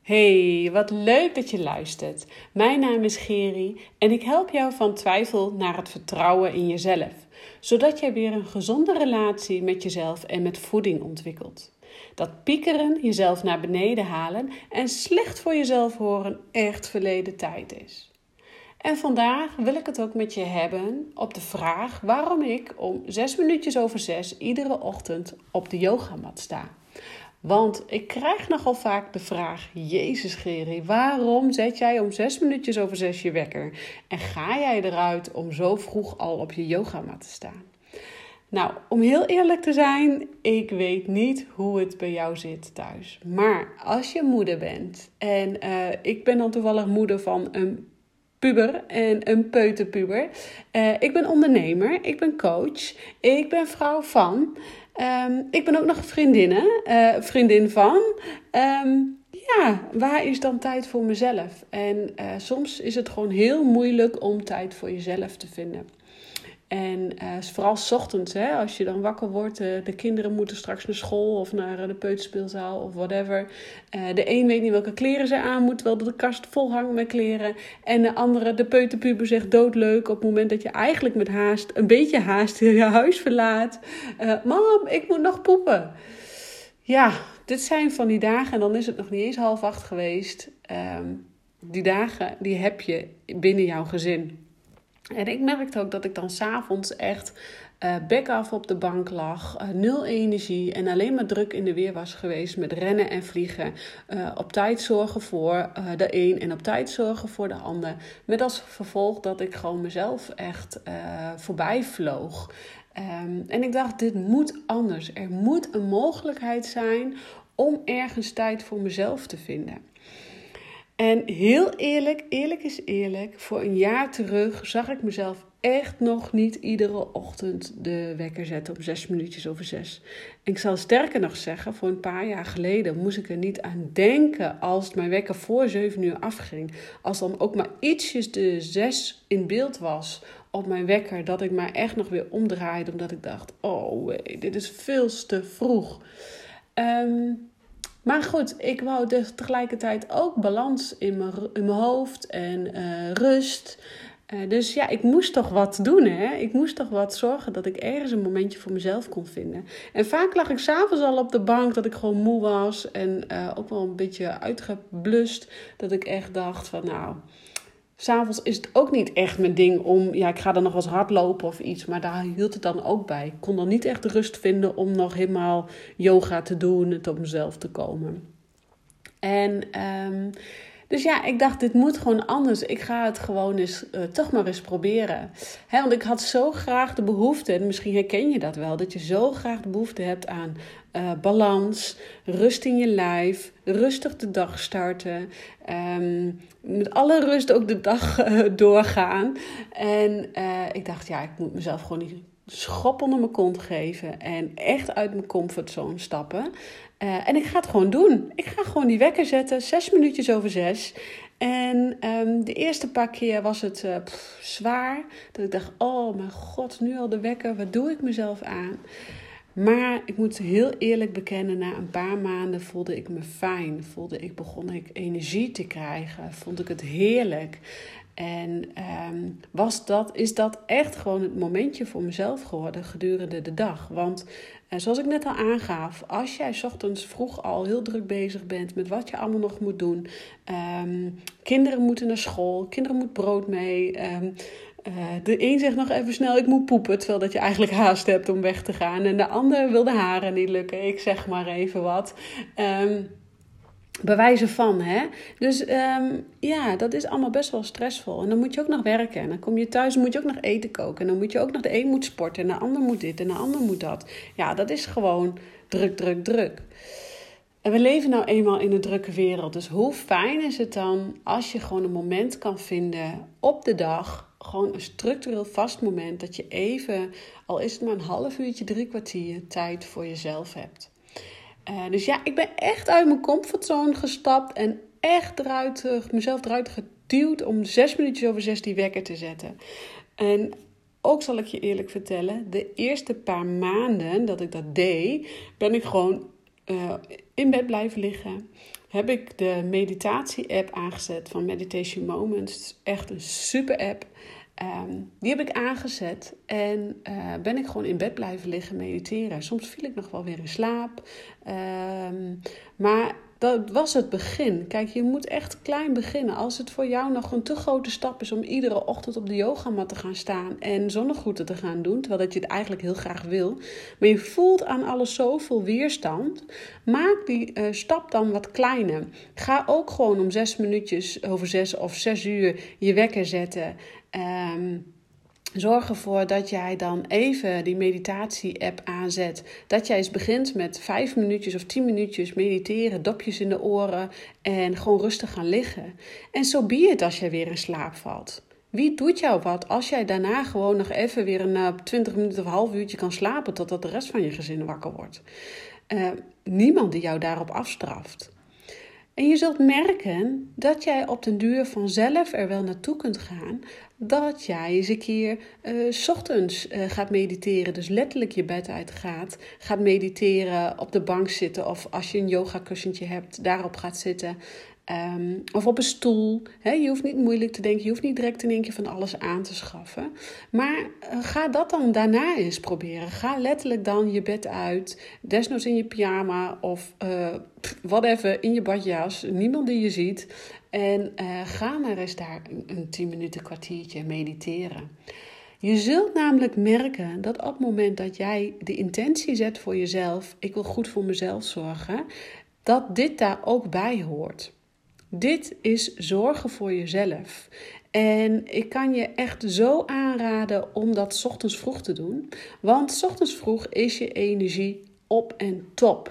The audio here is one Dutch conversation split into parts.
Hey, wat leuk dat je luistert. Mijn naam is Geri en ik help jou van twijfel naar het vertrouwen in jezelf. Zodat jij weer een gezonde relatie met jezelf en met voeding ontwikkelt. Dat piekeren, jezelf naar beneden halen en slecht voor jezelf horen echt verleden tijd is. En vandaag wil ik het ook met je hebben op de vraag waarom ik om 6 iedere ochtend op de yogamat sta. Want ik krijg nogal vaak de vraag, Jezus Geri, waarom zet jij om 6 je wekker? En ga jij eruit om zo vroeg al op je yogamat te staan? Nou, om heel eerlijk te zijn, ik weet niet hoe het bij jou zit thuis. Maar als je moeder bent, en ik ben dan toevallig moeder van een puber en een peuterpuber. Ik ben ondernemer, ik ben coach, ik ben vrouw van... ik ben ook nog vriendin van. Waar is dan tijd voor mezelf? En soms is het gewoon heel moeilijk om tijd voor jezelf te vinden. En vooral 's ochtends, als je dan wakker wordt. De kinderen moeten straks naar school of naar de peuterspeelzaal of whatever. De een weet niet welke kleren ze aan moet, terwijl de kast vol hangt met kleren. En de andere, de peuterpuber, zegt doodleuk op het moment dat je eigenlijk met haast, een beetje haast, je huis verlaat. Mam, ik moet nog poepen. Ja, dit zijn van die dagen en dan is het nog niet eens 7:30 geweest. Die dagen, die heb je binnen jouw gezin. En ik merkte ook dat ik dan 's avonds echt bek af op de bank lag. 0 energie en alleen maar druk in de weer was geweest met rennen en vliegen. Op tijd zorgen voor de een en op tijd zorgen voor de ander. Met als gevolg dat ik gewoon mezelf echt voorbij vloog. En ik dacht, dit moet anders. Er moet een mogelijkheid zijn om ergens tijd voor mezelf te vinden. En heel eerlijk is eerlijk, voor een jaar terug zag ik mezelf echt nog niet iedere ochtend de wekker zetten om 6:06. En ik zal sterker nog zeggen, voor een paar jaar geleden moest ik er niet aan denken als mijn wekker voor 7:00 afging. Als dan ook maar ietsjes de 6 in beeld was op mijn wekker, dat ik maar echt nog weer omdraaide, omdat ik dacht, dit is veel te vroeg. Maar goed, ik wou dus tegelijkertijd ook balans in mijn hoofd en rust. Dus ja, ik moest toch wat doen, hè? Ik moest toch wat zorgen dat ik ergens een momentje voor mezelf kon vinden. En vaak lag ik 's avonds al op de bank dat ik gewoon moe was. En ook wel een beetje uitgeblust. Dat ik echt dacht van 's avonds is het ook niet echt mijn ding om... Ja, ik ga dan nog wel eens hardlopen of iets. Maar daar hield het dan ook bij. Ik kon dan niet echt de rust vinden om nog helemaal yoga te doen en tot mezelf te komen. En dus ja, ik dacht, dit moet gewoon anders. Ik ga het gewoon eens, toch maar eens proberen. Want ik had zo graag de behoefte, en misschien herken je dat wel... dat je zo graag de behoefte hebt aan balans, rust in je lijf... rustig de dag starten... met alle rust ook de dag doorgaan. En ik dacht, ik moet mezelf gewoon die schop onder mijn kont geven... en echt uit mijn comfortzone stappen... En ik ga het gewoon doen. Ik ga gewoon die wekker zetten, 6:06. En de eerste paar keer was het zwaar. Dat ik dacht, oh mijn god, nu al de wekker, wat doe ik mezelf aan? Maar ik moet heel eerlijk bekennen, na een paar maanden voelde ik me fijn. Begon ik energie te krijgen. Vond ik het heerlijk. En is dat echt gewoon het momentje voor mezelf geworden gedurende de dag. Want zoals ik net al aangaf, als jij 's ochtends vroeg al heel druk bezig bent met wat je allemaal nog moet doen. Kinderen moeten naar school, kinderen moeten brood mee. De een zegt nog even snel, ik moet poepen, terwijl dat je eigenlijk haast hebt om weg te gaan. En de ander wil de haren niet lukken, ik zeg maar even wat. Bij wijze van, hè. Dus dat is allemaal best wel stressvol. En dan moet je ook nog werken. En dan kom je thuis en moet je ook nog eten koken. En dan moet je ook nog, de een moet sporten. En de ander moet dit en de ander moet dat. Ja, dat is gewoon druk. En we leven nou eenmaal in een drukke wereld. Dus hoe fijn is het dan als je gewoon een moment kan vinden op de dag... gewoon een structureel vast moment... dat je even, al is het maar een half uurtje, 3 kwartier... tijd voor jezelf hebt. Dus ja, ik ben echt uit mijn comfortzone gestapt en echt mezelf eruit geduwd om 6:06 die wekker te zetten. En ook zal ik je eerlijk vertellen, de eerste paar maanden dat ik dat deed, ben ik gewoon in bed blijven liggen. heb ik de meditatie-app aangezet van Meditation Moments. Het is echt een super app. Die heb ik aangezet en ben ik gewoon in bed blijven liggen mediteren. Soms viel ik nog wel weer in slaap. Maar dat was het begin. Kijk, je moet echt klein beginnen. Als het voor jou nog een te grote stap is om iedere ochtend op de yogamat te gaan staan en zonnegroeten te gaan doen, terwijl dat je het eigenlijk heel graag wil, maar je voelt aan alles zoveel weerstand, maak die stap dan wat kleiner. Ga ook gewoon om 6 minuutjes over 6 of 6 uur je wekker zetten. Zorg ervoor dat jij dan even die meditatie-app aanzet. Dat jij eens begint met 5 minuutjes of 10 minuutjes mediteren, dopjes in de oren en gewoon rustig gaan liggen. En zo be het als jij weer in slaap valt. Wie doet jou wat als jij daarna gewoon nog even weer een 20 minuten of een half uurtje kan slapen totdat de rest van je gezin wakker wordt? Niemand die jou daarop afstraft. En je zult merken dat jij op den duur vanzelf er wel naartoe kunt gaan. Dat jij eens een keer 's ochtends gaat mediteren. Dus letterlijk je bed gaat mediteren, op de bank zitten. Of als je een yogakussentje hebt, daarop gaat zitten. Of op een stoel. Je hoeft niet moeilijk te denken. Je hoeft niet direct in één keer van alles aan te schaffen. Maar ga dat dan daarna eens proberen. Ga letterlijk dan je bed uit. Desnoods in je pyjama of whatever, in je badjas. Niemand die je ziet. En ga maar eens daar een 10 minuten kwartiertje mediteren. Je zult namelijk merken dat op het moment dat jij de intentie zet voor jezelf, ik wil goed voor mezelf zorgen, dat dit daar ook bij hoort. Dit is zorgen voor jezelf. En ik kan je echt zo aanraden om dat 's ochtends vroeg te doen. Want 's ochtends vroeg is je energie op en top.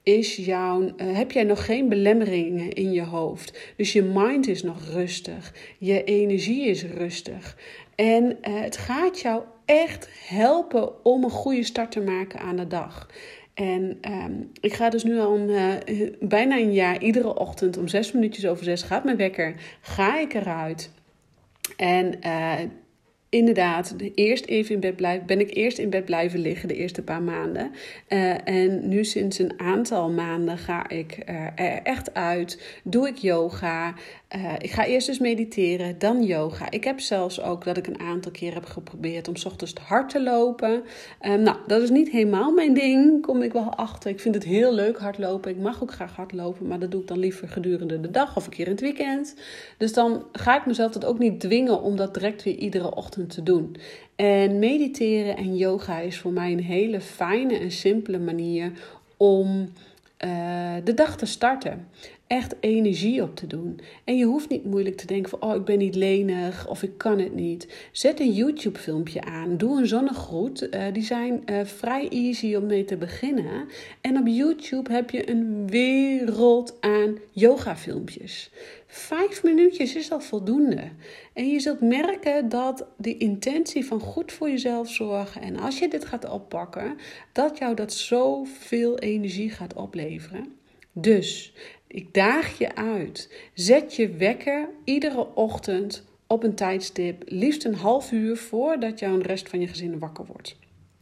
Heb jij nog geen belemmeringen in je hoofd. Dus je mind is nog rustig. Je energie is rustig. En het gaat jou echt helpen om een goede start te maken aan de dag. En ik ga dus nu al bijna een jaar, iedere ochtend om 6 minuutjes over 6 gaat mijn wekker. Ga ik eruit. En inderdaad, ben ik eerst in bed blijven liggen de eerste paar maanden. En nu sinds een aantal maanden ga ik er echt uit. Doe ik yoga. Ik ga eerst dus mediteren, dan yoga. Ik heb zelfs ook dat ik een aantal keer heb geprobeerd om 's ochtends hard te lopen. Dat is niet helemaal mijn ding, kom ik wel achter. Ik vind het heel leuk hardlopen. Ik mag ook graag hardlopen, maar dat doe ik dan liever gedurende de dag of een keer in het weekend. Dus dan ga ik mezelf dat ook niet dwingen om dat direct weer iedere ochtend te doen. En mediteren en yoga is voor mij een hele fijne en simpele manier om de dag te starten. Echt energie op te doen. En je hoeft niet moeilijk te denken van, ik ben niet lenig of ik kan het niet. Zet een YouTube filmpje aan. Doe een zonnegroet. Die zijn vrij easy om mee te beginnen. En op YouTube heb je een wereld aan yoga filmpjes. 5 minuutjes is al voldoende. En je zult merken dat de intentie van goed voor jezelf zorgen, en als je dit gaat oppakken, dat jou dat zoveel energie gaat opleveren. Dus ik daag je uit. Zet je wekker iedere ochtend op een tijdstip, liefst een half uur voordat jouw rest van je gezin wakker wordt.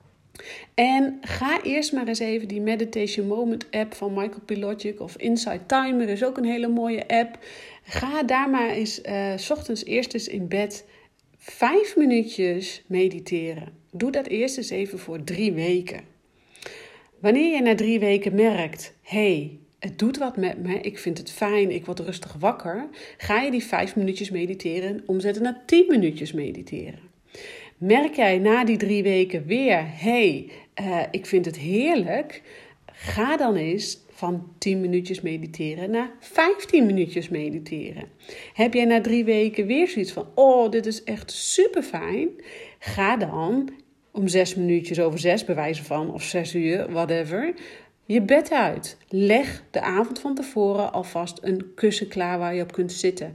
En ga eerst maar eens even die Meditation Moment app van Michael Pilogic of Insight Timer is ook een hele mooie app. Ga daar maar eens 's ochtends eerst eens in bed 5 minuutjes mediteren. Doe dat eerst eens even voor 3 weken. Wanneer je na 3 weken merkt, het doet wat met me, ik vind het fijn, ik word rustig wakker, ga je die 5 minuutjes mediteren omzetten naar 10 minuutjes mediteren. Merk jij na die 3 weken weer, ik vind het heerlijk, ga dan eens van 10 minuutjes mediteren naar 15 minuutjes mediteren. Heb jij na 3 weken weer zoiets van, dit is echt super fijn, ga dan om 6 minuutjes over 6 bij wijze van, of 6 uur, whatever, je bed uit. Leg de avond van tevoren alvast een kussen klaar waar je op kunt zitten.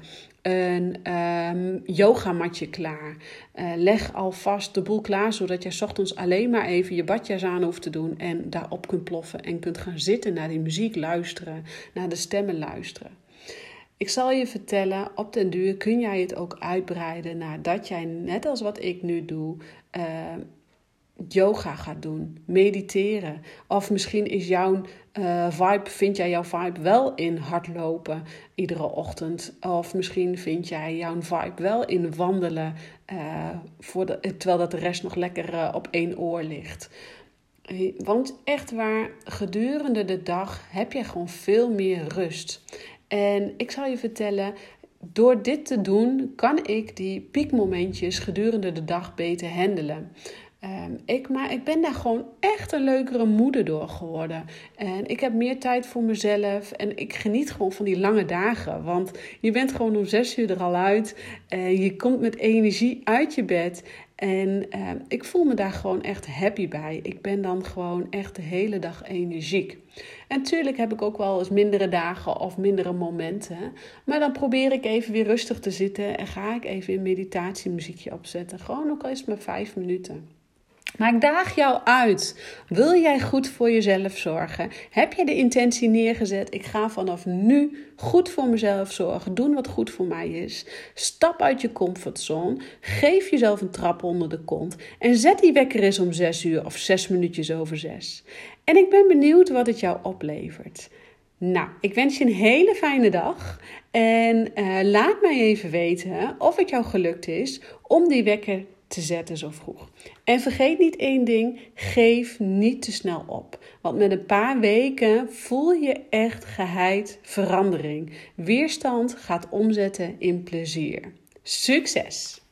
Een yogamatje klaar. Leg alvast de boel klaar, zodat je 's ochtends alleen maar even je badjas aan hoeft te doen en daarop kunt ploffen en kunt gaan zitten, naar die muziek luisteren, naar de stemmen luisteren. Ik zal je vertellen, op den duur kun jij het ook uitbreiden naar dat jij, net als wat ik nu doe, yoga gaat doen, mediteren. Of misschien is vind jij jouw vibe wel in hardlopen iedere ochtend. Of misschien vind jij jouw vibe wel in wandelen, terwijl dat de rest nog lekker op één oor ligt. Want echt waar, gedurende de dag heb je gewoon veel meer rust. En ik zal je vertellen, door dit te doen kan ik die piekmomentjes gedurende de dag beter handelen. Maar ik ben daar gewoon echt een leukere moeder door geworden. En ik heb meer tijd voor mezelf. En ik geniet gewoon van die lange dagen. Want je bent gewoon om 6 uur er al uit. Je komt met energie uit je bed. En ik voel me daar gewoon echt happy bij. Ik ben dan gewoon echt de hele dag energiek. En natuurlijk heb ik ook wel eens mindere dagen of mindere momenten. Maar dan probeer ik even weer rustig te zitten. En ga ik even een meditatiemuziekje opzetten. Gewoon ook al is het maar 5 minuten. Maar ik daag jou uit. Wil jij goed voor jezelf zorgen? Heb je de intentie neergezet? Ik ga vanaf nu goed voor mezelf zorgen. Doen wat goed voor mij is. Stap uit je comfortzone. Geef jezelf een trap onder de kont. En zet die wekker eens om 6 uur of 6 minuutjes over 6. En ik ben benieuwd wat het jou oplevert. Nou, ik wens je een hele fijne dag. En laat mij even weten of het jou gelukt is om die wekker te zetten zo vroeg. En vergeet niet één ding, geef niet te snel op. Want met een paar weken voel je echt geheid verandering. Weerstand gaat omzetten in plezier. Succes!